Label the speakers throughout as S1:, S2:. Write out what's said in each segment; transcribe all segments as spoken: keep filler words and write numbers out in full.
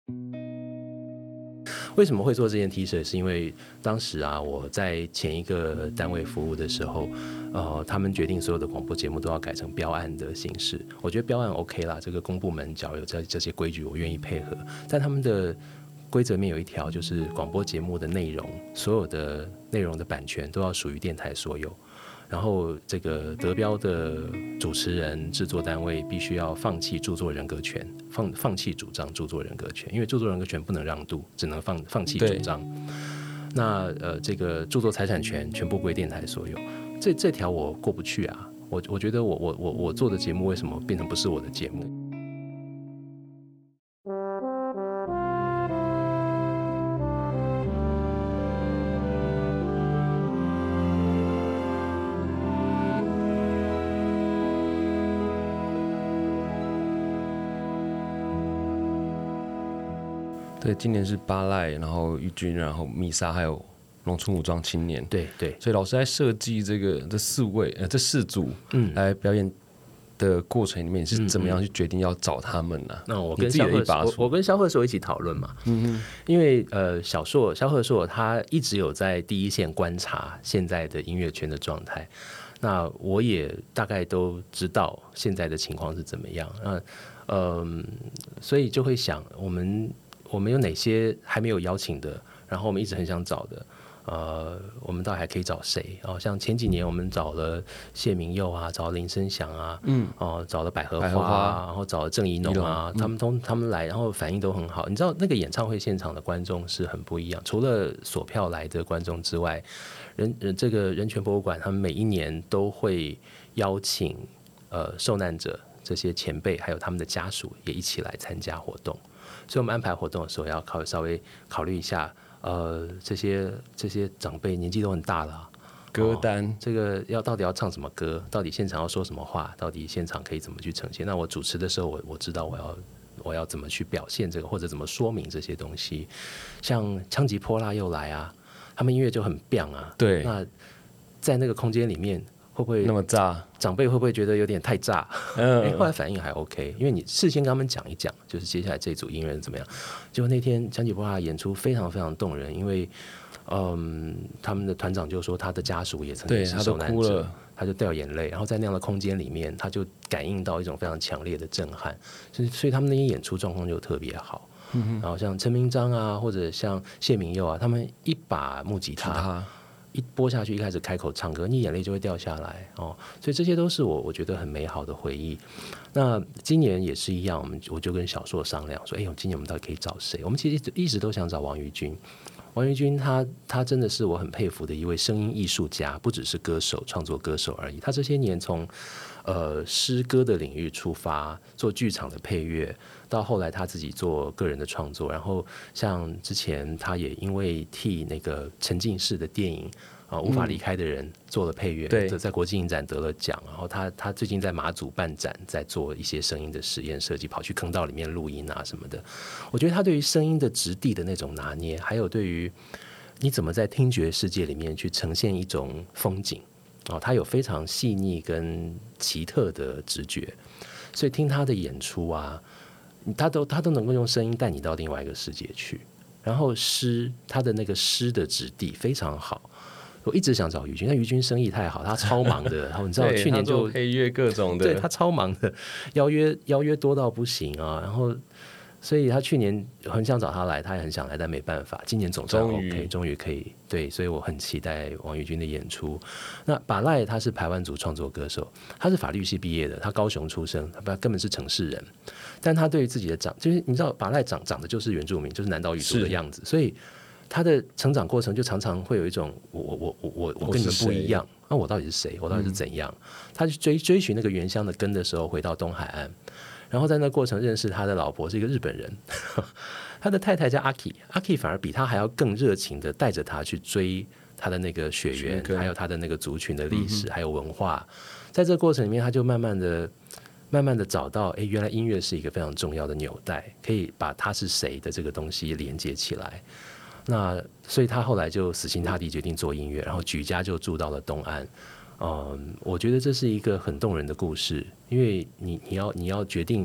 S1: 为什么会做这件 T 恤？是因为当时啊，我在前一个单位服务的时候，呃，他们决定所有的广播节目都要改成标案的形式。我觉得标案 OK 啦，这个公部门只要有这这些规矩，我愿意配合。但他们的规则面有一条，就是广播节目的内容，所有的内容的版权都要属于电台所有。然后这个得标的主持人、制作单位必须要放弃著作人格权，放放弃主张著作人格权，因为著作人格权不能让渡，只能放放弃主张。那呃，这个著作财产权全部归电台所有，这这条我过不去啊！我我觉得我我我我做的节目为什么变成不是我的节目？
S2: 对，今年是巴赖，然后玉君，然后米莎，还有农村武装青年。
S1: 对对，
S2: 所以老师在设计这个这四位呃这四组嗯来表演的过程里面，你是怎么样去决定要找他们呢、啊？
S1: 那我跟肖鹤我我跟肖鹤硕一起讨论嘛，嗯哼，因为呃小硕肖鹤硕他一直有在第一线观察现在的音乐圈的状态。那我也大概都知道现在的情况是怎么样，那嗯、呃，所以就会想我们。我们有哪些还没有邀请的，然后我们一直很想找的，呃，我们到底还可以找谁？哦，像前几年我们找了谢明佑啊，找了林生祥啊，嗯，哦，找了百合花、啊，花然后找了郑怡农啊，嗯、他们都他们来，然后反应都很好。你知道那个演唱会现场的观众是很不一样，除了锁票来的观众之外，人这个人权博物馆他们每一年都会邀请呃受难者这些前辈，还有他们的家属也一起来参加活动。所以我们安排活动的时候要考稍微考虑一下，呃，这些这些长辈年纪都很大了、啊，
S2: 歌单、
S1: 哦、这个要到底要唱什么歌，到底现场要说什么话，到底现场可以怎么去呈现？那我主持的时候我，我知道我要我要怎么去表现这个，或者怎么说明这些东西。像枪击泼辣又来啊，他们音乐就很棒啊，
S2: 对，
S1: 那在那个空间里面。会不会
S2: 那么炸？
S1: 长辈会不会觉得有点太炸？嗯欸、后来反应还 OK， 因为你事先跟他们讲一讲，就是接下来这组音乐人怎么样。结果那天江吉波拉演出非常非常动人，因为嗯，他们的团长就说他的家属也曾经是受难者，他就掉眼泪，然后在那样的空间里面，他就感应到一种非常强烈的震撼，所以所以他们那些演出状况就特别好。嗯、然后像陈明章啊，或者像谢明佑啊，他们一把木吉他。一播下去，一开始开口唱歌，你眼泪就会掉下来哦，所以这些都是我我觉得很美好的回忆。那今年也是一样，我们我就跟小硕商量说，哎呦，今年我们到底可以找谁？我们其实一直都想找王于君。王于君他他真的是我很佩服的一位声音艺术家，不只是歌手、创作歌手而已。他这些年从呃诗歌的领域出发，做剧场的配乐，到后来他自己做个人的创作，然后像之前他也因为替那个沉浸式的电影啊、无法离开的人做了配乐，对、嗯，在国际影展得了奖。然后他他最近在马祖办展，在做一些声音的实验设计，跑去坑道里面录音啊什么的。我觉得他对于声音的质地的那种拿捏，还有对于你怎么在听觉世界里面去呈现一种风景哦，他有非常细腻跟奇特的直觉，所以听他的演出啊，他都他都能够用声音带你到另外一个世界去。然后诗，他的那个诗的质地非常好。我一直想找于君，但于君生意太好，他超忙的。然后你知道去年就
S2: 配乐各种的，
S1: 对他超忙的，邀约邀约多到不行啊。然后，所以他去年很想找他来，他也很想来，但没办法。今年总算 OK， 终于可以对，所以我很期待王于君的演出。那把赖他是排湾族创作歌手，他是法律系毕业的，他高雄出生，他根本是城市人，但他对于自己的长，就是你知道把赖长长得就是原住民，就是南岛语族的样子，所以。他的成长过程就常常会有一种我我我我我我跟你们不一样，那、啊、我到底是谁？我到底是怎样？嗯、他去追追寻那个原乡的根的时候，回到东海岸，然后在那过程认识他的老婆是一个日本人，他的太太叫阿 K， 阿 K 反而比他还要更热情的带着他去追他的那个血缘，还有他的那个族群的历史，嗯、还有文化，在这个过程里面，他就慢慢的。慢慢的找到，哎，原来音乐是一个非常重要的纽带，可以把他是谁的这个东西连接起来。那所以他后来就死心塌地决定做音乐，然后举家就住到了东岸。嗯，我觉得这是一个很动人的故事，因为你你要你要决定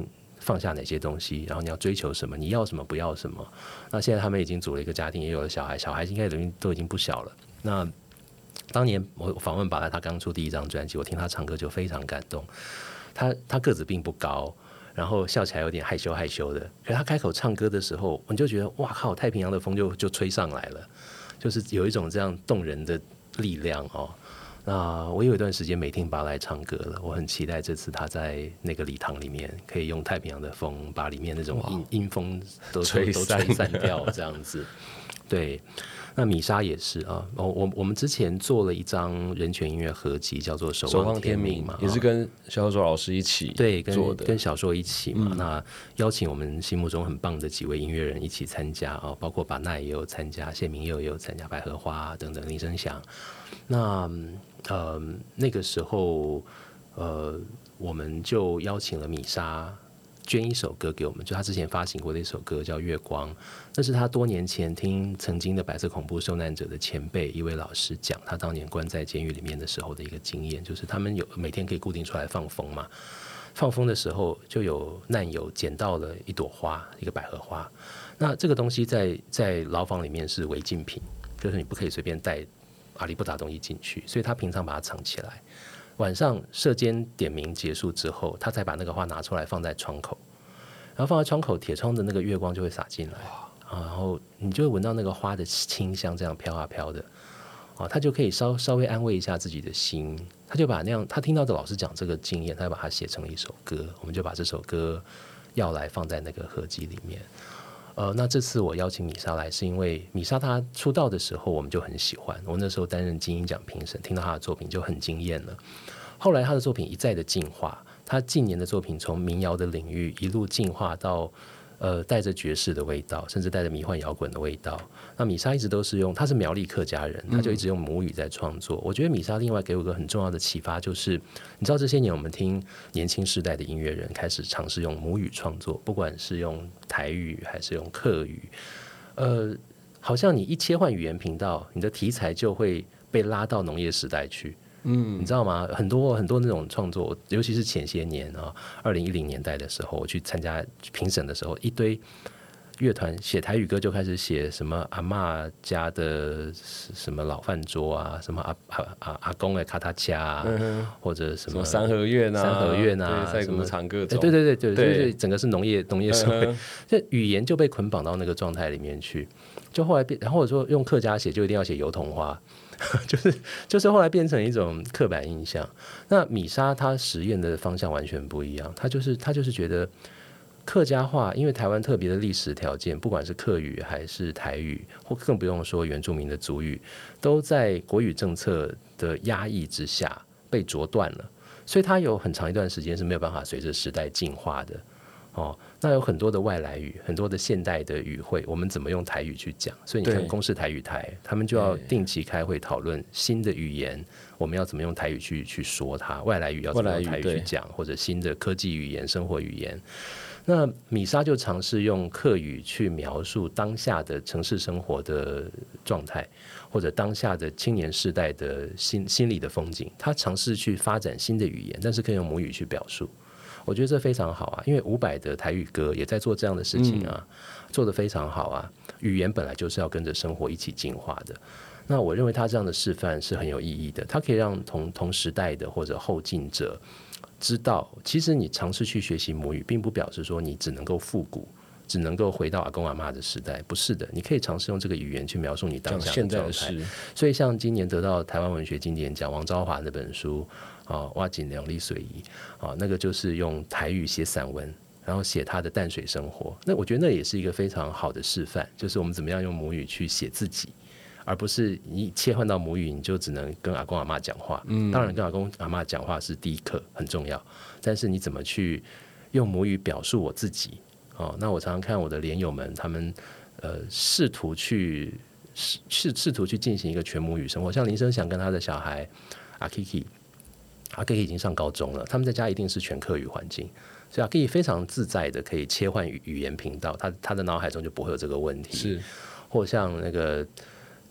S1: 放下哪些东西，然后你要追求什么，你要什么不要什么。那现在他们已经组了一个家庭，也有了小孩，小孩应该都已经不小了。那当年我访问巴拉，他刚出第一张专辑，我听他唱歌就非常感动。他他个子并不高，然后笑起来有点害羞害羞的，可是他开口唱歌的时候，我就觉得哇靠，太平洋的风就就吹上来了，就是有一种这样动人的力量哦。那我有一段时间没听巴莱唱歌了，我很期待这次他在那个礼堂里面可以用太平洋的风把里面那种阴阴风都吹都吹散掉，这样子。对，那米莎也是啊，我我们之前做了一张人权音乐合集，叫做《守望天命》嘛，
S2: 也是跟小硕老师一起
S1: 对
S2: 做的，
S1: 跟跟小硕一起嘛。嗯、那邀请我们心目中很棒的几位音乐人一起参加啊，包括巴奈也有参加，谢明佑也有参加，百合花等等，林声祥。那呃那个时候呃我们就邀请了米莎捐一首歌给我们，就他之前发行过的一首歌叫《月光》，那是他多年前听曾经的白色恐怖受难者的前辈一位老师讲，他当年关在监狱里面的时候的一个经验，就是他们有每天可以固定出来放风嘛，放风的时候就有难友捡到了一朵花，一个百合花，那这个东西在在牢房里面是违禁品，就是你不可以随便带阿里不达东西进去，所以他平常把它藏起来，晚上射监点名结束之后，他才把那个花拿出来放在窗口，然后放在窗口，铁窗的那个月光就会洒进来，然后你就会闻到那个花的清香，这样飘啊飘的，他就可以稍稍微安慰一下自己的心，他就把那样他听到的老师讲这个经验，他就把它写成了一首歌，我们就把这首歌要来放在那个合集里面。呃，那这次我邀请米莎来，是因为米莎她出道的时候我们就很喜欢，我那时候担任金鹰奖评审，听到她的作品就很惊艳了。后来她的作品一再的进化，她近年的作品从民谣的领域一路进化到呃带着爵士的味道，甚至带着迷幻摇滚的味道。那米莎一直都是用，她是苗栗客家人，她就一直用母语在创作。我觉得米莎另外给我一个很重要的启发，就是你知道这些年我们听年轻世代的音乐人开始尝试用母语创作，不管是用台语还是用客语，呃，好像你一切换语言频道，你的题材就会被拉到农业时代去。嗯，你知道吗？很多很多那种创作，尤其是前些年啊，二零一零年代的时候，我去参加评审的时候，一堆乐团写台语歌就开始写什么阿嬷家的什么老饭桌啊，什么阿阿阿阿公的卡塔恰啊、嗯，或者什么, 什么
S2: 三合院啊，
S1: 三合院啊，
S2: 赛鼓场各种，
S1: 对对对对对对，整个是农业农业社会，这、嗯、语言就被捆绑到那个状态里面去，就后来变，然后我说用客家写就一定要写油桐花。就是就是后来变成一种刻板印象。那米莎她实验的方向完全不一样，她就是她就是觉得客家话，因为台湾特别的历史条件，不管是客语还是台语，或更不用说原住民的族语，都在国语政策的压抑之下被啄断了，所以它有很长一段时间是没有办法随着时代进化的。哦，那有很多的外来语，很多的现代的语汇，我们怎么用台语去讲？所以你看公视台语台，他们就要定期开会讨论新的语言，我们要怎么用台语去去说它，外来语要怎么用台语去讲，或者新的科技语言、生活语言。那米莎就尝试用客语去描述当下的城市生活的状态，或者当下的青年世代的心心理的风景。他尝试去发展新的语言，但是可以用母语去表述。我觉得这非常好啊，因为伍佰的台语歌也在做这样的事情啊，嗯、做得非常好啊。语言本来就是要跟着生活一起进化的。那我认为他这样的示范是很有意义的，他可以让同同时代的或者后进者知道，其实你尝试去学习母语，并不表示说你只能够复古，只能够回到阿公阿嬷的时代，不是的，你可以尝试用这个语言去描述你当下的状态。所以像今年得到台湾文学经典奖王昭华那本书啊，挖井两粒水仪啊，那个就是用台语写散文，然后写他的淡水生活。那我觉得那也是一个非常好的示范，就是我们怎么样用母语去写自己，而不是你切换到母语你就只能跟阿公阿嬷讲话。嗯，当然跟阿公阿嬷讲话是第一课，很重要，但是你怎么去用母语表述我自己？哦，那我常常看我的连友们，他们呃试图去试试图去进行一个全母语生活，像林声祥跟他的小孩阿 Kiki。阿 Kiki 已经上高中了，他们在家一定是全客语环境，所以阿 Kiki 非常自在的可以切换语言频道，他他的脑海中就不会有这个问题。是，或像那个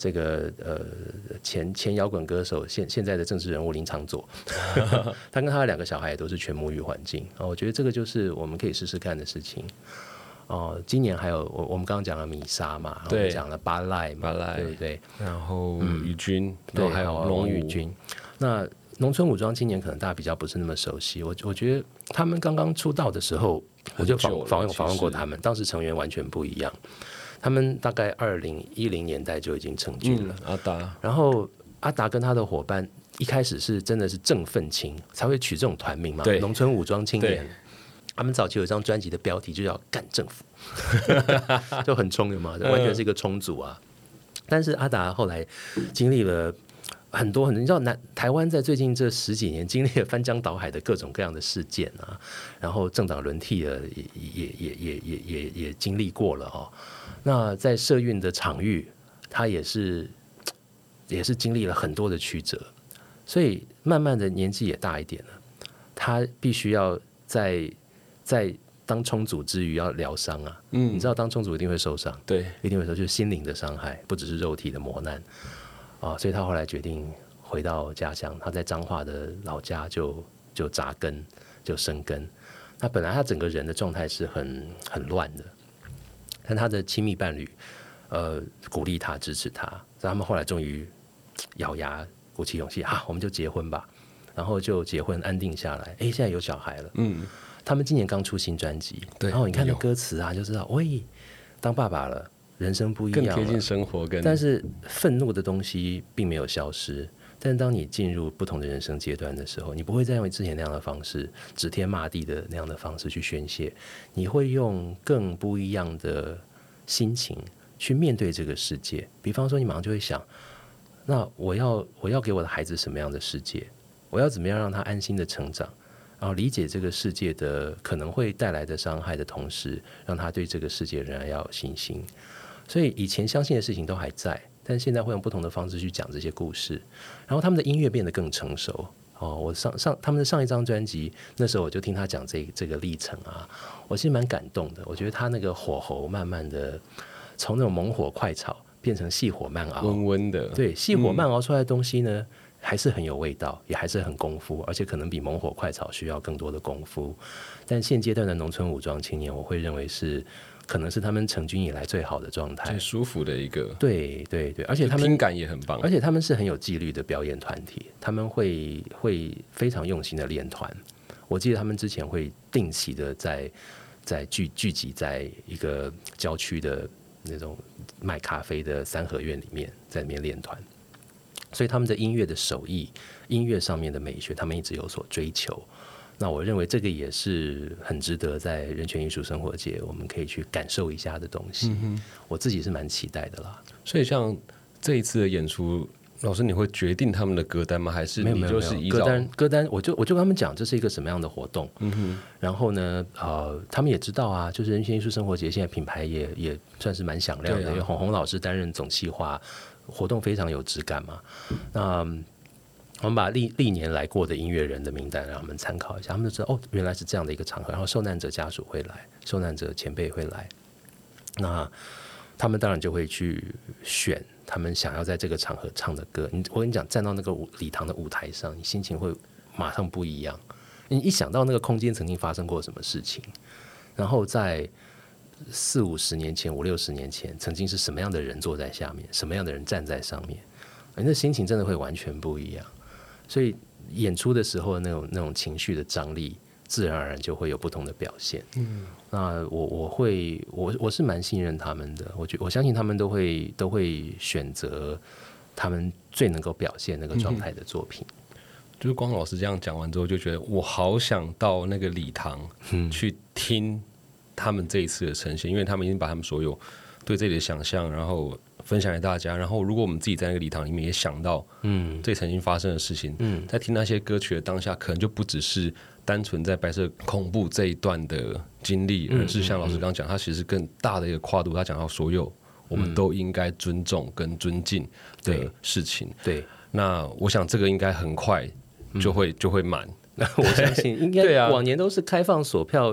S1: 这个呃前前摇滚歌手，现现在的政治人物林昶佐，他跟他的两个小孩也都是全母语环境啊，我觉得这个就是我们可以试试看的事情。哦，今年还有我我们刚刚讲了米莎嘛，我们讲了巴赖嘛，对不对？
S2: 然后宇军，
S1: 对，
S2: 还有
S1: 龙宇军。那农村武装今年可能大家比较不是那么熟悉，我我觉得他们刚刚出道的时候，我就访访问访问过他们，当时成员完全不一样。他们大概二零一零年代就已经成军了，
S2: 嗯、阿达。
S1: 然后阿达跟他的伙伴一开始是真的是正愤青，才会取这种团名嘛，农村武装青年。他们早期有一张专辑的标题就叫干政府就很冲的嘛，完全是一个冲组啊。但是阿达后来经历了很多很多，你知道南台湾在最近这十几年经历了翻江倒海的各种各样的事件啊，然后政党轮替了也也也也也也也经历过了哦。那在社运的场域他也是也是经历了很多的曲折，所以慢慢的年纪也大一点了，他必须要在在当冲组之余要疗伤啊，嗯，你知道当冲组一定会受伤，
S2: 对，
S1: 一定会受，就是心灵的伤害，不只是肉体的磨难啊，所以他后来决定回到家乡，他在彰化的老家就就扎根，就生根。那本来他整个人的状态是很很乱的，但他的亲密伴侣呃鼓励他支持他，所以他们后来终于咬牙鼓起勇气，啊，我们就结婚吧，然后就结婚安定下来，哎，现在有小孩了，嗯。他们今年刚出新专辑，然后你看那歌词啊，就知道，喂，当爸爸了，人生不一样了，
S2: 更贴近生活，更
S1: 但是愤怒的东西并没有消失。但是当你进入不同的人生阶段的时候，你不会再用之前那样的方式指天骂地的那样的方式去宣泄，你会用更不一样的心情去面对这个世界。比方说，你马上就会想，那我要我要给我的孩子什么样的世界？我要怎么样让他安心的成长？然后理解这个世界的可能会带来的伤害的同时，让他对这个世界仍然要有信心。所以以前相信的事情都还在，但是现在会用不同的方式去讲这些故事。然后他们的音乐变得更成熟。哦，我上上他们的上一张专辑，那时候我就听他讲这这个历程啊，我其实蛮感动的。我觉得他那个火候慢慢的从那种猛火快炒变成细火慢熬，
S2: 温温的。
S1: 对，细火慢熬出来的东西呢，嗯，还是很有味道，也还是很功夫，而且可能比猛火快炒需要更多的功夫。但现阶段的农村武装青年，我会认为是可能是他们成军以来最好的状态，
S2: 最舒服的一个。
S1: 对对对，而且他们
S2: 听感也很棒，
S1: 而且他们是很有纪律的表演团体，他们会会非常用心的练团。我记得他们之前会定期的在在聚聚集在一个郊区的那种卖咖啡的三合院里面，在里面练团。所以他们的音乐的手艺，音乐上面的美学，他们一直有所追求。那我认为这个也是很值得在人权艺术生活节我们可以去感受一下的东西。嗯，我自己是蛮期待的啦。
S2: 所以像这一次的演出，老师你会决定他们的歌单吗？还是你就是依照
S1: 歌单？歌单我就我就跟他们讲这是一个什么样的活动。嗯哼。然后呢，呃，他们也知道啊，就是人权艺术生活节现在品牌也也算是蛮响亮的，因为洪洪老师担任总企划。活动非常有质感嘛，那我们把历历年来过的音乐人的名单让他们参考一下，他们就知道哦，原来是这样的一个场合，然后受难者家属会来，受难者前辈会来，那他们当然就会去选他们想要在这个场合唱的歌。你我跟你讲，站到那个礼堂的舞台上，你心情会马上不一样，你一想到那个空间曾经发生过什么事情，然后在四五十年前、五六十年前，曾经是什么样的人坐在下面，什么样的人站在上面，那心情真的会完全不一样。所以演出的时候那种那种情绪的张力，自然而然就会有不同的表现。嗯，那我我会我我是蛮信任他们的，我觉我相信他们都会都会选择他们最能够表现那个状态的作品。
S2: 嗯，就是光老师这样讲完之后，就觉得我好想到那个礼堂去听。他们这一次的呈现，因为他们已经把他们所有对这里的想象，然后分享给大家。然后，如果我们自己在那个礼堂里面也想到，嗯，这曾经发生的事情，嗯，在听那些歌曲的当下，可能就不只是单纯在白色恐怖这一段的经历，而是像老师刚刚讲，他其实更大的一个跨度，他讲到所有我们都应该尊重跟尊敬的事情。
S1: 对，对，
S2: 那我想这个应该很快就会、嗯、就会满。
S1: 我相信应该往年都是开放索票。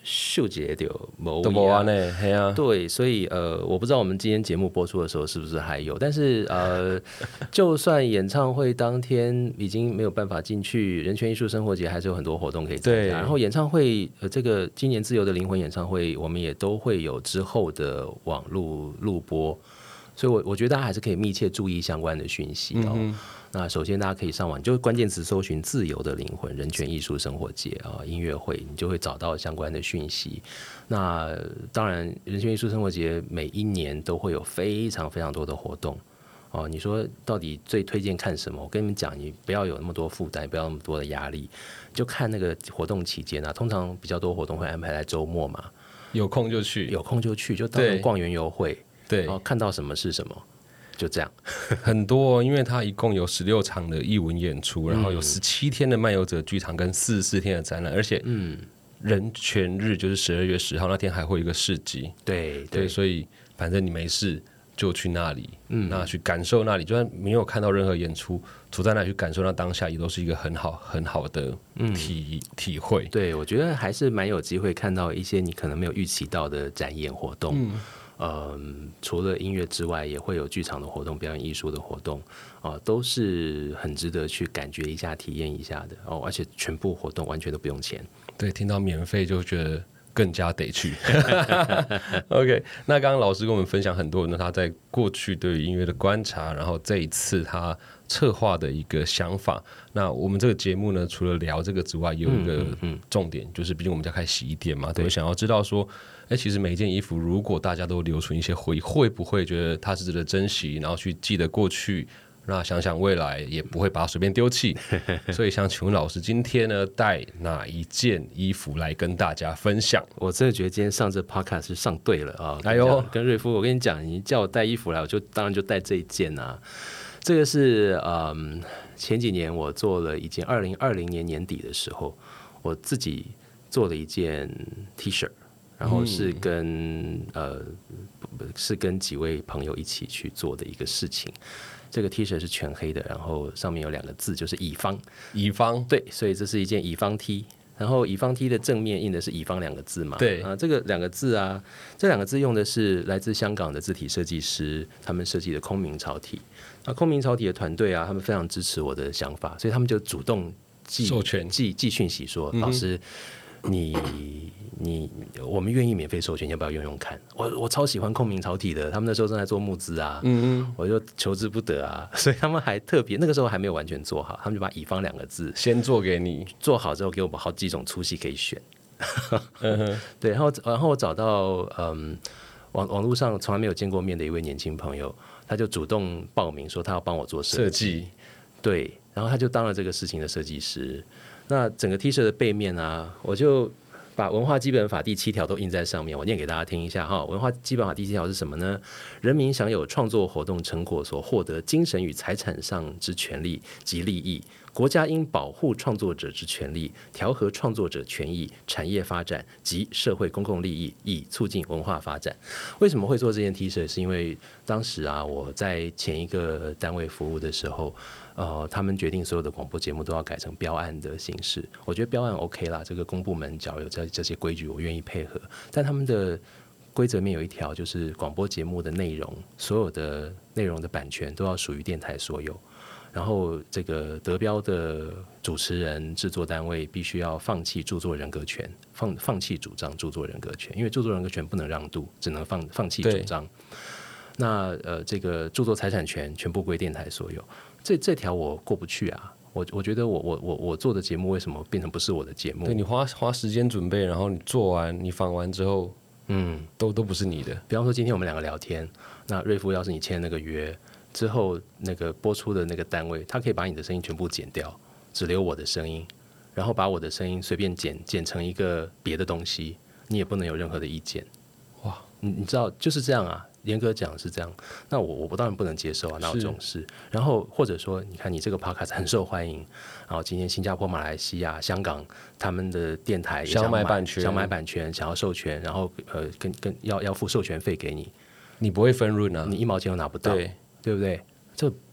S1: 秀姐就没
S2: 都没完呢，嘿啊，
S1: 对，所以呃，我不知道我们今天节目播出的时候是不是还有，但是呃，就算演唱会当天已经没有办法进去，人权艺术生活节还是有很多活动可以参加。然后演唱会，呃，这个今年自由的灵魂演唱会，我们也都会有之后的网络录播，所以我我觉得大家还是可以密切注意相关的讯息哦。嗯，那首先大家可以上网，就关键词搜寻自由的灵魂人权艺术生活节啊音乐会，你就会找到相关的讯息。那当然人权艺术生活节每一年都会有非常非常多的活动哦。你说到底最推荐看什么？我跟你们讲，你不要有那么多负担，不要那么多的压力，就看那个活动期间啊，通常比较多活动会安排在周末嘛，
S2: 有空就去，
S1: 有空就去，就当成逛园游会，对，然后看到什么是什么。就这样
S2: 很多，因为它一共有十六场的艺文演出，然后有十七天的漫游者剧场跟四十四天的展览，而且人权日就是十二月十号那天还会有一个市集，
S1: 对 对,
S2: 对，所以反正你没事就去那里，嗯，那去感受那里，就算没有看到任何演出，处在那里去感受那当下，也都是一个很好很好的体、嗯、体会。
S1: 对，我觉得还是蛮有机会看到一些你可能没有预期到的展演活动。嗯呃，除了音乐之外，也会有剧场的活动、表演艺术的活动，呃，都是很值得去感觉一下、体验一下的哦。而且全部活动完全都不用钱。
S2: 对，听到免费就觉得更加得去。OK， 那刚刚老师跟我们分享很多，那他在过去对于音乐的观察，然后这一次他策划的一个想法。那我们这个节目呢，除了聊这个之外，也有一个重点，嗯嗯嗯就是毕竟我们家开洗衣店嘛，都会想要知道说。哎，其实每一件衣服，如果大家都留存一些回忆，会不会觉得它是值得珍惜，然后去记得过去，那想想未来，也不会把它随便丢弃。所以想请问老师，今天呢带哪一件衣服来跟大家分享？
S1: 我真的觉得今天上这 podcast 是上对了啊！哎呦，跟瑞夫，我跟你讲，你叫我带衣服来，我就当然就带这一件啊。这个是嗯，前几年我做了一件，二零二零年年底的时候，我自己做了一件 T 恤。然后是跟、嗯、呃是跟几位朋友一起去做的一个事情。这个 T 恤是全黑的，然后上面有两个字，就是乙方。
S2: 乙方，
S1: 对，所以这是一件乙方 T。然后乙方 T 的正面印的是乙方两个字嘛？
S2: 对
S1: 啊，这个两个字啊，这两个字用的是来自香港的字体设计师他们设计的空明朝体。那空明朝体的团队啊，他们非常支持我的想法，所以他们就主动寄
S2: 授权
S1: 寄寄讯息说，嗯、老师。你你我们愿意免费授权，要不要用用看？我我超喜欢空明朝体的，他们那时候正在做募资啊，嗯嗯，我就求之不得啊，所以他们还特别那个时候还没有完全做好，他们就把乙方两个字
S2: 先做给你，
S1: 做好之后给我们好几种粗细可以选，嗯、对，然后然后我找到嗯网网络上从来没有见过面的一位年轻朋友，他就主动报名说他要帮我做设计，对，然后他就当了这个事情的设计师。那整个 T 恤的背面啊，我就把文化基本法第七条都印在上面，我念给大家听一下哈。文化基本法第七条是什么呢？人民享有创作活动成果所获得精神与财产上之权利及利益，国家应保护创作者之权利，调和创作者权益、产业发展及社会公共利益，以促进文化发展。为什么会做这件 T 恤？是因为当时啊，我在前一个单位服务的时候。呃，他们决定所有的广播节目都要改成标案的形式。我觉得标案 OK 啦，这个公部门只要有这这些规矩，我愿意配合。但他们的规则面有一条，就是广播节目的内容，所有的内容的版权都要属于电台所有。然后这个得标的主持人、制作单位必须要放弃著作人格权，放放弃主张著作人格权，因为著作人格权不能让渡，只能放放弃主张。那呃，这个著作财产权全部归电台所有。这这条我过不去啊！我我觉得我我我我做的节目为什么变成不是我的节目？
S2: 对，你花花时间准备，然后你做完，你访完之后，嗯，都都不是你的。
S1: 比方说今天我们两个聊天，那瑞夫要是你签那个约之后，那个播出的那个单位，他可以把你的声音全部剪掉，只留我的声音，然后把我的声音随便剪剪成一个别的东西，你也不能有任何的意见。哇，你你知道就是这样啊。严格讲是这样，那我我当然不能接受啊，哪有这种事？然后或者说，你看你这个 podcast 很受欢迎，然后今天新加坡、马来西亚、香港他们的电台也想买版权，想买版权，想要授权，然后呃跟跟要要付授权费给你，
S2: 你不会分润啊，
S1: 你一毛钱都拿不到，对对不对？这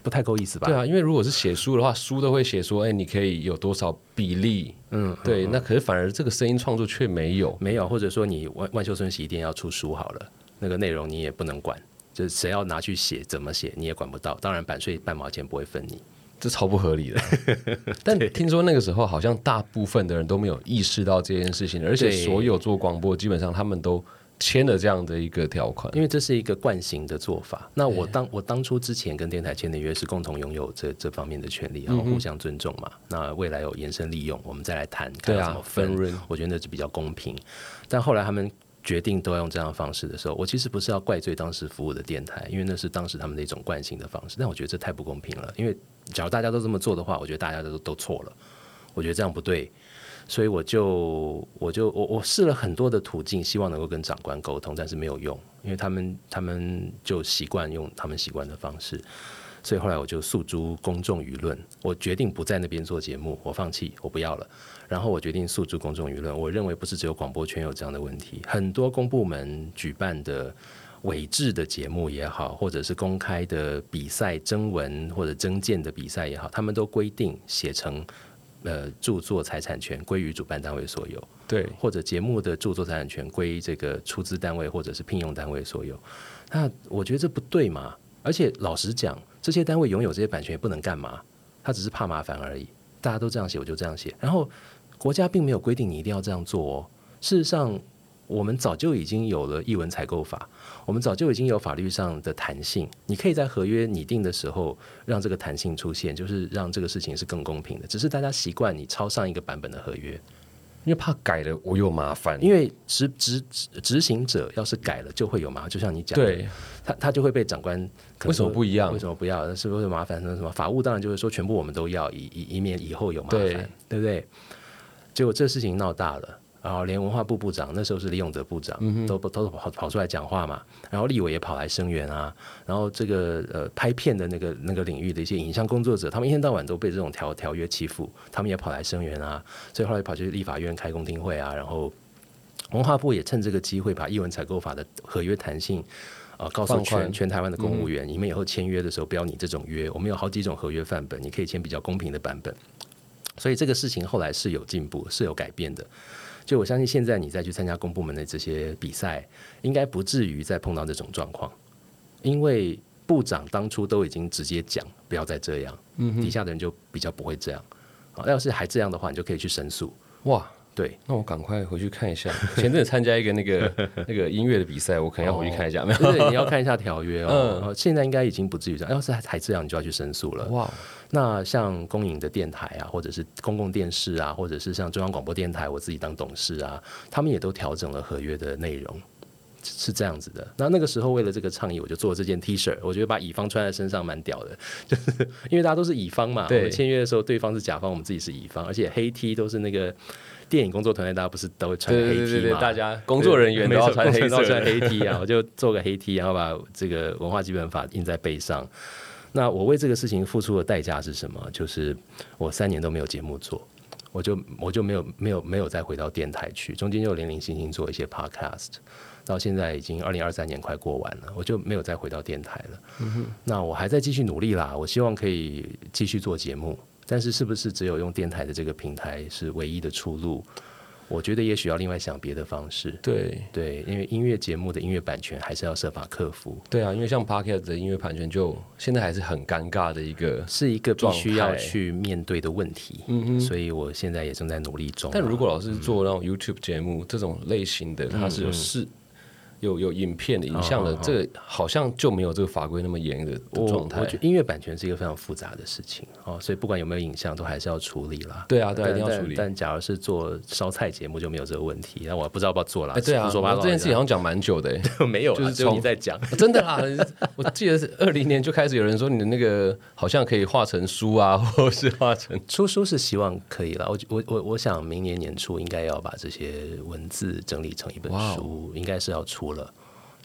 S1: 不太够意思吧？
S2: 对啊，因为如果是写书的话，书都会写说，哎，你可以有多少比例，嗯，对，嗯、那可是反而这个声音创作却没有，
S1: 没有，或者说你万万秀孙喜一定要出书好了，那个内容你也不能管，就是谁要拿去写怎么写你也管不到，当然版税半毛钱不会分你。
S2: 这超不合理的，但听说那个时候好像大部分的人都没有意识到这件事情，而且所有做广播基本上他们都签了这样的一个条款，
S1: 因为这是一个惯行的做法。那我当我当初之前跟电台签的约是共同拥有这这方面的权利，然后互相尊重嘛。嗯、那未来有延伸利用，我们再来谈看要怎么分。
S2: 对啊，
S1: 我觉得那是比较公平。但后来他们决定都要用这样的方式的时候，我其实不是要怪罪当时服务的电台，因为那是当时他们的一种惯性的方式。但我觉得这太不公平了，因为假如大家都这么做的话，我觉得大家都都错了，我觉得这样不对。所以我就我就我我试了很多的途径，希望能够跟长官沟通，但是没有用，因为他们他们就习惯用他们习惯的方式。所以后来我就诉诸公众舆论，我决定不在那边做节目，我放弃，我不要了。然后我决定诉诸公众舆论，我认为不是只有广播圈有这样的问题，很多公部门举办的伪制的节目也好，或者是公开的比赛征文或者征件的比赛也好，他们都规定写成呃著作财产权归于主办单位所有，
S2: 对，
S1: 或者节目的著作财产权归这个出资单位或者是聘用单位所有。那我觉得这不对嘛，而且老实讲，这些单位拥有这些版权也不能干嘛，他只是怕麻烦而已。大家都这样写，我就这样写。然后国家并没有规定你一定要这样做哦。事实上，我们早就已经有了艺文采购法，我们早就已经有法律上的弹性，你可以在合约拟定的时候让这个弹性出现，就是让这个事情是更公平的。只是大家习惯你抄上一个版本的合约，
S2: 因为怕改了我有麻烦，
S1: 因为执执执行者要是改了就会有麻烦，就像你讲的，
S2: 对，
S1: 他他就会被长官
S2: 为什么不一样？
S1: 为什么不要？是不是麻烦？什么法务当然就是说全部我们都要，以以以免以后有麻烦，对，对不对？结果这事情闹大了。然后连文化部部长那时候是李永得部长、嗯、都都跑跑出来讲话嘛，然后立委也跑来声援啊，然后这个呃拍片的那个那个领域的一些影像工作者，他们一天到晚都被这种条条约欺负，他们也跑来声援啊，所以后来跑去立法院开公听会啊，然后文化部也趁这个机会把艺文采购法的合约弹性呃告诉全全台湾的公务员、嗯，你们以后签约的时候不要拟这种约，我们有好几种合约范本，你可以签比较公平的版本，所以这个事情后来是有进步，是有改变的。就我相信现在你再去参加公部门的这些比赛，应该不至于再碰到这种状况，因为部长当初都已经直接讲不要再这样、嗯、底下的人就比较不会这样。要是还这样的话，你就可以去申诉。
S2: 哇，
S1: 对，
S2: 那我赶快回去看一下。前阵子参加一个那个那个音乐的比赛，我可能要回去看一下。
S1: 哦、对，你要看一下条约哦、嗯。现在应该已经不至于这样，要是还这样，你就要去申诉了。哇，那像公营的电台啊，或者是公共电视啊，或者是像中央广播电台，我自己当董事啊，他们也都调整了合约的内容。是这样子的，那那个时候为了这个倡议，我就做了这件 T 恤，我觉得把乙方穿在身上蛮屌的，就是因为大家都是乙方嘛，我们签约的时候对方是甲方，我们自己是乙方，而且黑 T 都是那个电影工作团队，大家不是都会穿黑 T 嘛，对对对对，
S2: 大家工作人员都要穿黑色，
S1: 穿黑 T 啊，我就做个黑 T， 然后把这个文化基本法印在背上。那我为这个事情付出的代价是什么？就是我三年都没有节目做。我就我就没有没有没有再回到电台去，中间就零零星星做一些 podcast， 到现在已经二零二三年快过完了，我就没有再回到电台了。嗯、那我还在继续努力啦，我希望可以继续做节目，但是是不是只有用电台的这个平台是唯一的出路？我觉得也许要另外想别的方式。
S2: 对
S1: 对，因为音乐节目的音乐版权还是要设法克服。
S2: 对啊，因为像 Podcast 的音乐版权就现在还是很尴尬的一个，
S1: 是一个必须要去面对的问题。嗯所以我现在也正在努力中、啊。
S2: 但如果老是做那种 YouTube 节目、嗯、这种类型的，它是有视。嗯有有影片的影像的、哦、这个好像就没有这个法规那么严的状态。
S1: 我觉得音乐版权是一个非常复杂的事情、哦、所以不管有没有影像都还是要处理啦。
S2: 对啊对啊，一定要处理。
S1: 但假如是做烧菜节目就没有这个问题，那我不知道要不要做啦。
S2: 欸、对啊，我这件事情好像讲蛮久的、欸、
S1: 没有、啊，就是只有你在讲。
S2: 真的啦，我记得是二零年就开始有人说你的那个好像可以画成书啊，或是画成
S1: 出书是希望可以啦。我我我我想明年年初应该要把这些文字整理成一本书，应该是要出了。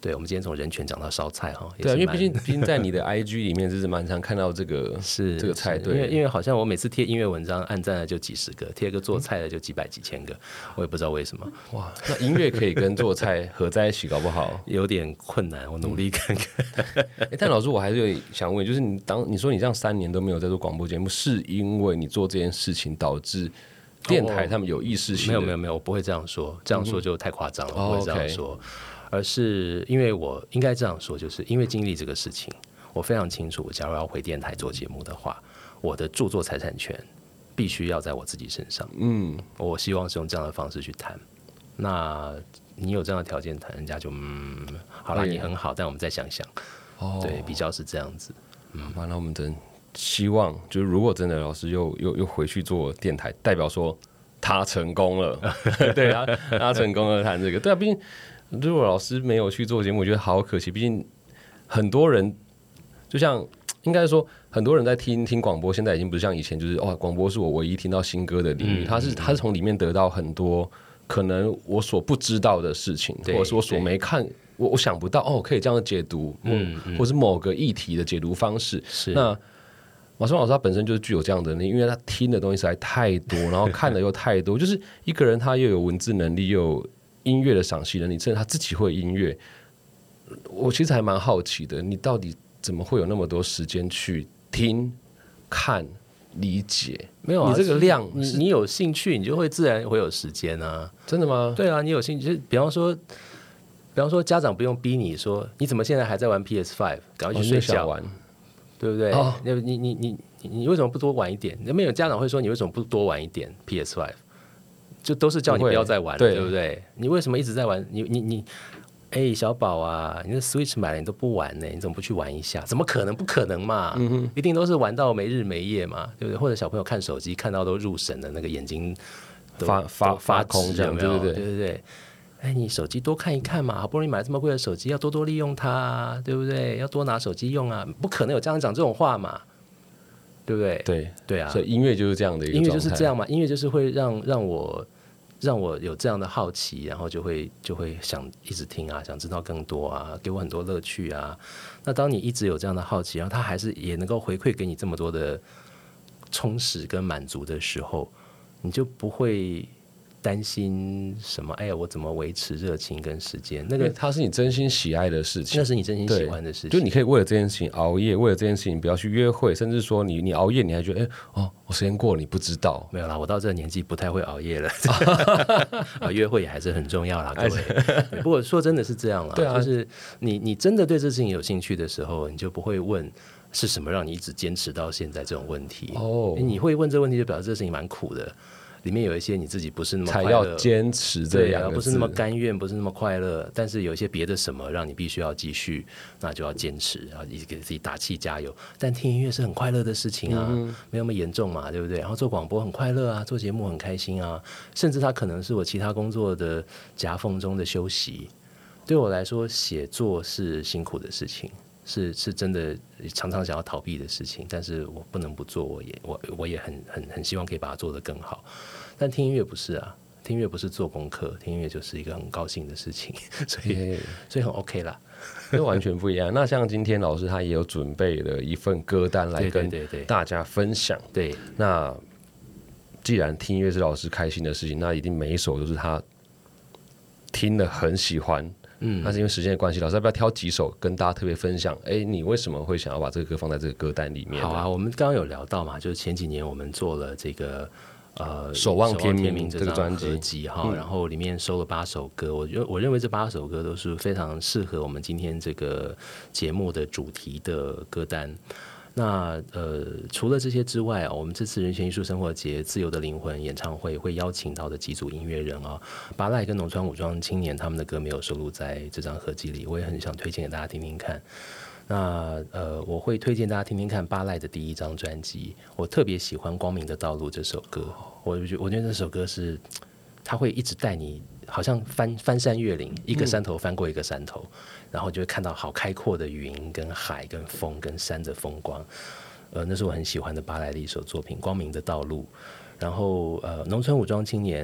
S1: 对，我们今天从人权讲到烧菜哈，
S2: 对、啊，因为毕竟毕竟在你的 I G 里面，就是蛮常看到这个
S1: 是
S2: 这个菜，对，
S1: 因为因为好像我每次贴音乐文章，按赞的就几十个，贴个做菜的就几百几千个，我也不知道为什么。
S2: 哇，那音乐可以跟做菜合在一起，搞不好
S1: 有点困难，我努力看看。
S2: 嗯欸、但老师，我还是有想问，就是你当你说你这样三年都没有在做广播节目，是因为你做这件事情导致电台他们有意识性的、
S1: 哦？没有没有没有，我不会这样说，这样说就太夸张了，
S2: 嗯、
S1: 我不会这样说。哦 okay 而是因为我应该这样说，就是因为经历这个事情，我非常清楚，假如要回电台做节目的话，我的著作财产权必须要在我自己身上。嗯，我希望是用这样的方式去谈。那你有这样的条件谈，人家就嗯，好了，你很好，但我们再想想。哦，对，比较是这样子。
S2: 嗯，好吧，那我们真希望，就是如果真的老师又又又回去做电台，代表说他成功了，对他他成功了谈这个，对啊，毕竟。如果老师没有去做节目，我觉得好可惜。毕竟很多人，就像应该说，很多人在听听广播，现在已经不是像以前，就是哦，广播是我唯一听到新歌的领域。他是他是从里面得到很多可能我所不知道的事情，或者是我所没看，我我想不到哦，可以这样解读，嗯，或是某个议题的解读方式。
S1: 是
S2: 那马松老师他本身就是具有这样的能力，因为他听的东西实在太多，然后看的又太多，就是一个人他又有文字能力，又有音乐的赏析能力，甚至他自己会音乐，我其实还蛮好奇的，你到底怎么会有那么多时间去听、看、理解？
S1: 没有啊，
S2: 你这个量，
S1: 你你有兴趣，你就会自然会有时间啊。
S2: 真的吗？
S1: 对啊，你有兴趣，就比方说，比方说家长不用逼你说，你怎么现在还在玩 P S 五，赶快去睡觉，
S2: 玩，
S1: 对不对？
S2: 哦、
S1: 你你你你你为什么不多玩一点？那边有家长会说，你为什么不多玩一点 P S 五？就都是叫你不要再玩了， 对, 对不对？你为什么一直在玩？你你你，哎、欸，小宝啊，你的 Switch 买了你都不玩呢？你怎么不去玩一下？怎么可能？不可能嘛！嗯、一定都是玩到没日没夜嘛，对不对？或者小朋友看手机看到都入神的那个眼睛
S2: 发发发空这样，
S1: 对不对？
S2: 对
S1: 对对对。哎，你手机多看一看嘛，好不容易买这么贵的手机，要多多利用它、啊，对不对？要多拿手机用啊！不可能有家长讲这种话嘛。对不对？
S2: 对
S1: 对啊，
S2: 所以音乐就是这样的一个
S1: 音乐就是这样嘛，音乐就是会让让我让我有这样的好奇，然后就会就会想一直听啊，想知道更多啊，给我很多乐趣啊。那当你一直有这样的好奇，然后他还是也能够回馈给你这么多的充实跟满足的时候，你就不会担心什么？哎呀，我怎么维持热情跟时间？那个
S2: 它是你真心喜爱的事情，
S1: 那是你真心喜欢的事情。
S2: 就你可以为了这件事情熬夜，为了这件事情不要去约会，甚至说你你熬夜，你还觉得哎哦，我时间过了，你不知道。
S1: 没有啦，我到这个年纪不太会熬夜了。啊，约会也还是很重要啦，各位。不过说真的是这样啦，
S2: 对啊，
S1: 就是你你真的对这事情有兴趣的时候，你就不会问是什么让你一直坚持到现在这种问题。哦，你会问这个问题，就表示这事情蛮苦的。里面有一些你自己不是那么快乐，
S2: 才要坚持这两个字，
S1: 不是那么甘愿，不是那么快乐，但是有一些别的什么让你必须要继续，那就要坚持，然后一直给自己打气加油。但听音乐是很快乐的事情啊，嗯、没有那么严重嘛，对不对？然后做广播很快乐啊，做节目很开心啊，甚至它可能是我其他工作的夹缝中的休息。对我来说，写作是辛苦的事情。是是真的常常想要逃避的事情，但是我不能不做，我也我我也很很很希望可以把它做得更好。但听音乐不是啊，听音乐不是做功课，听音乐就是一个很高兴的事情，所以所以很 OK 啦，
S2: 这完全不一样。那像今天老师他也有准备了一份歌单来跟大家分享，
S1: 对, 对, 对, 对，
S2: 那既然听音乐是老师开心的事情，那一定每一首都是他听了很喜欢。嗯，那是因为时间的关系，老师要不要挑几首跟大家特别分享？哎，你为什么会想要把这个歌放在这个歌单里面？
S1: 好啊，我们刚刚有聊到嘛，就是前几年我们做了这个呃
S2: 守望天
S1: 命
S2: 这个专
S1: 辑哈，然后里面收了八首歌，我觉得我认为这八首歌都是非常适合我们今天这个节目的主题的歌单。那呃，除了这些之外啊，我们这次人权艺术生活节自由的灵魂演唱会会邀请到的几组音乐人啊，巴赖跟农川武装青年他们的歌没有收录在这张合辑里，我也很想推荐给大家听听看。那呃，我会推荐大家听听看巴赖的第一张专辑，我特别喜欢《光明的道路》这首歌，我觉我觉得这首歌是它会一直带你。好像翻翻山越岭，一个山头翻过一个山头，嗯、然后就会看到好开阔的云、跟海、跟风、跟山的风光。呃，那是我很喜欢的巴赖的一首作品《光明的道路》。然后呃，农村武装青年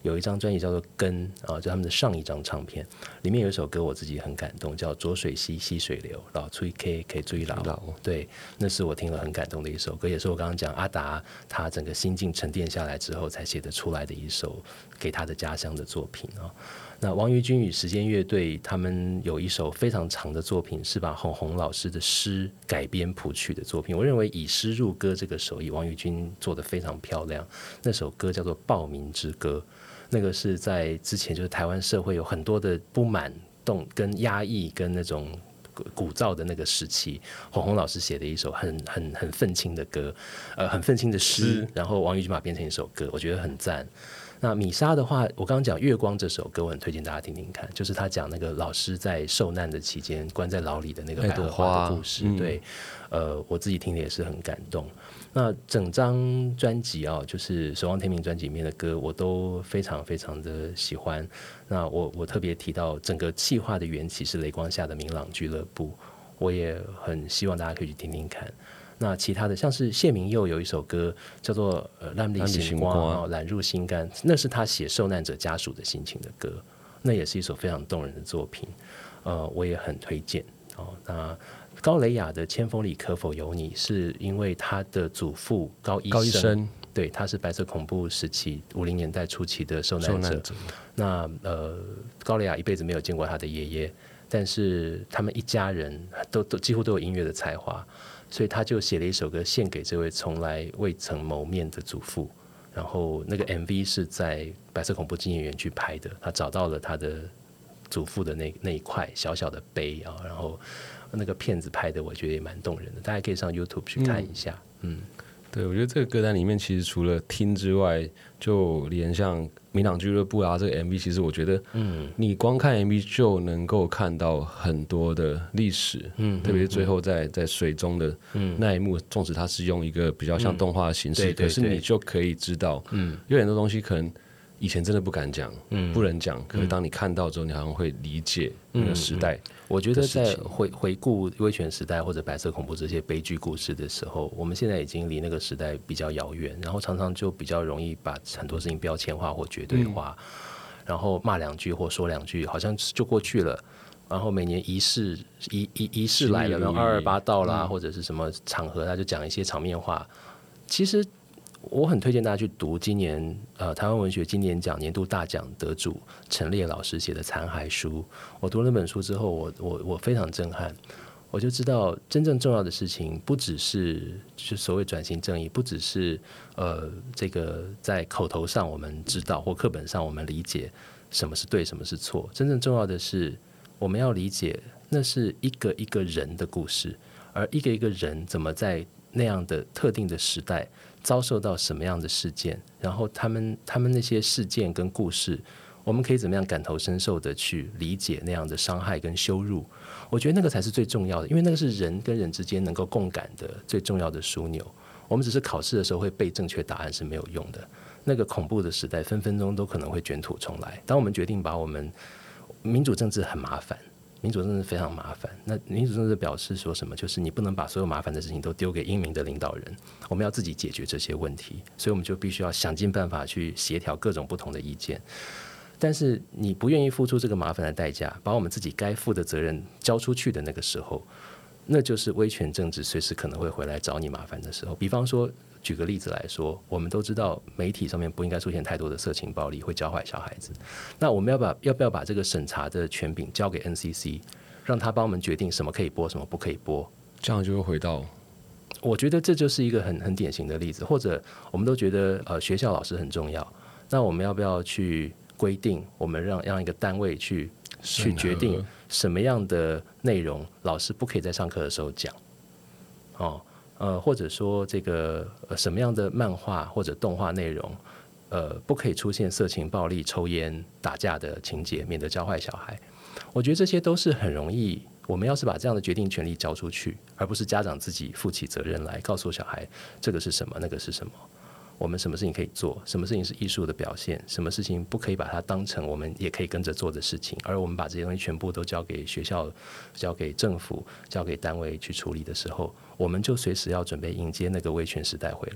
S1: 有一张专辑叫做《根》啊，就他们的上一张唱片，里面有一首歌我自己很感动，叫《浊水溪溪水流》，老吹 K 可以追老。对，那是我听了很感动的一首歌，也是我刚刚讲阿达他整个心境沉淀下来之后才写得出来的一首给他的家乡的作品啊。那王于君与时间乐队他们有一首非常长的作品，是把洪洪老师的诗改编谱曲的作品。我认为以诗入歌这个手艺，王于君做得非常漂亮。那首歌叫做《报民之歌》，那个是在之前就是台湾社会有很多的不满、动跟压抑跟那种鼓噪的那个时期，洪洪老师写的一首很很很愤青的歌，呃，很愤青的诗，然后王于君把它变成一首歌，我觉得很赞。那米莎的话，我刚刚讲《月光》这首歌，我很推荐大家听听看，就是他讲那个老师在受难的期间关在牢里的那个百合花的故事。嗯、对，呃，我自己听的也是很感动。那整张专辑啊，就是《守望天命》专辑里面的歌，我都非常非常的喜欢。那我我特别提到整个企划的缘起是雷光下的明朗俱乐部，我也很希望大家可以去听听看。那其他的像是谢明佑有一首歌叫做《蓝里星光》，揽入心肝，那是他写受难者家属的心情的歌，那也是一首非常动人的作品，呃，我也很推荐。哦，那高蕾雅的《千锋里可否有你》是因为他的祖父高一生，高一生对，他是白色恐怖时期五零年代初期的受难者。受难者那呃，高蕾雅一辈子没有见过他的爷爷，但是他们一家人都都几乎都有音乐的才华。所以他就写了一首歌献给这位从来未曾谋面的祖父，然后那个 M V 是在白色恐怖纪念园去拍的，他找到了他的祖父的 那, 那一块小小的碑啊，然后那个片子拍的我觉得也蛮动人的，大家可以上 YouTube 去看一下。嗯，嗯
S2: 对，我觉得这个歌单里面其实除了听之外，就连像明朗俱乐部啊这个 M V， 其实我觉得，嗯，你光看 M V 就能够看到很多的历史，嗯，特别是最后在在水中的那一幕，纵使它是用一个比较像动画的形式，嗯、可是你就可以知道，嗯，有很多东西可能以前真的不敢讲，嗯，不能讲，可是当你看到之后，你好像会理解那个时代。嗯嗯
S1: 我觉得在回回顾威权时代或者白色恐怖这些悲剧故事的时候，我们现在已经离那个时代比较遥远，然后常常就比较容易把很多事情标签化或绝对化，嗯、然后骂两句或说两句，好像就过去了。然后每年仪式仪仪仪式来了，然后二二八到啦，嗯、或者是什么场合，他就讲一些场面话。其实我很推荐大家去读今年呃台湾文学金年奖年度大奖得主陈烈老师写的《残骸书》。我读了那本书之后，我我我非常震撼，我就知道真正重要的事情不只是就所谓转型正义，不只是呃这个在口头上我们知道或课本上我们理解什么是对什么是错，真正重要的是我们要理解那是一个一个人的故事，而一个一个人怎么在那样的特定的时代遭受到什么样的事件，然后他们他们那些事件跟故事，我们可以怎么样感同身受的去理解那样的伤害跟羞辱。我觉得那个才是最重要的，因为那个是人跟人之间能够共感的最重要的枢纽。我们只是考试的时候会背正确答案是没有用的，那个恐怖的时代分分钟都可能会卷土重来。当我们决定把我们民主政治很麻烦，民主政治非常麻烦，那民主政治表示说什么？就是你不能把所有麻烦的事情都丢给英明的领导人，我们要自己解决这些问题，所以我们就必须要想尽办法去协调各种不同的意见。但是你不愿意付出这个麻烦的代价，把我们自己该负的责任交出去的那个时候，那就是威权政治随时可能会回来找你麻烦的时候。比方说举个例子来说，我们都知道媒体上面不应该出现太多的色情暴力，会教坏小孩子。那我们要把要不要把这个审查的权柄交给 N C C， 让他帮我们决定什么可以播，什么不可以播？
S2: 这样就会回到，
S1: 我觉得这就是一个很很典型的例子。或者我们都觉得呃学校老师很重要，那我们要不要去规定，我们让让一个单位去去决定什么样的内容老师不可以在上课的时候讲？哦。呃，或者说这个、呃、什么样的漫画或者动画内容，呃，不可以出现色情、暴力、抽烟、打架的情节，免得教坏小孩。我觉得这些都是很容易，我们要是把这样的决定权利交出去，而不是家长自己负起责任来，告诉小孩这个是什么，那个是什么。我们什么事情可以做，什么事情是艺术的表现，什么事情不可以把它当成我们也可以跟着做的事情，而我们把这些东西全部都交给学校、交给政府、交给单位去处理的时候，我们就随时要准备迎接那个威权时代回来。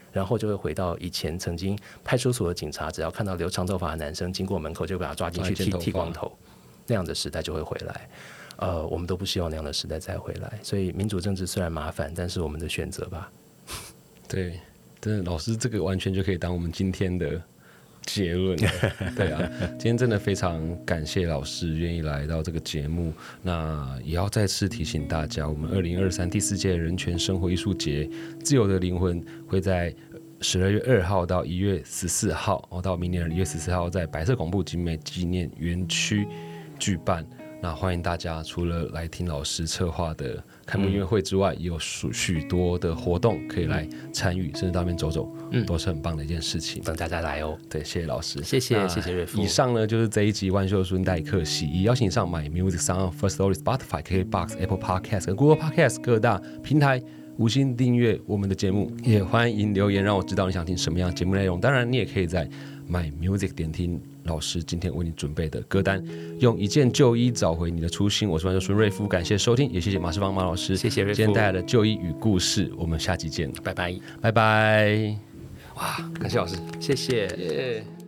S1: 然后就会回到以前曾经派出所的警察，只要看到留长头发的男生经过门口，就把他抓进去剃剃光头，那样的时代就会回来。呃，我们都不希望那样的时代再回来。所以民主政治虽然麻烦，但是我们的选择吧。
S2: 对，真的，老师这个完全就可以当我们今天的结论。对啊，今天真的非常感谢老师愿意来到这个节目。那也要再次提醒大家，我们二零二三第四届人权生活艺术节自由的灵魂会在十二月二号到一月十四号，然后到明年一月十四号在白色恐怖景美纪念园区举办。那欢迎大家除了来听老师策划的开幕音乐会之外，也有许多的活动可以来参与，甚至到那边走走，嗯，都是很棒的一件事情。
S1: 等大家来哦。
S2: 对，谢谢老师，
S1: 谢谢谢谢瑞夫。
S2: 以上呢就是这一集万秀孙代客喜，以邀请上 My Music Sound、Firstory、Spotify、K K B O X、Apple Podcast 跟 Google Podcast 各大平台五星订阅我们的节目，也欢迎留言让我知道你想听什么样的节目内容。当然，你也可以在 My Music 点听老师今天为你准备的歌单，用一件旧衣找回你的初心。我是万秀孙瑞夫，感谢收听，也谢谢马世芳马老师，
S1: 谢谢瑞夫
S2: 今天带来的旧衣与故事。我们下期见，
S1: 拜拜，
S2: 拜拜。哇，感谢老师，
S1: 谢谢。
S2: Yeah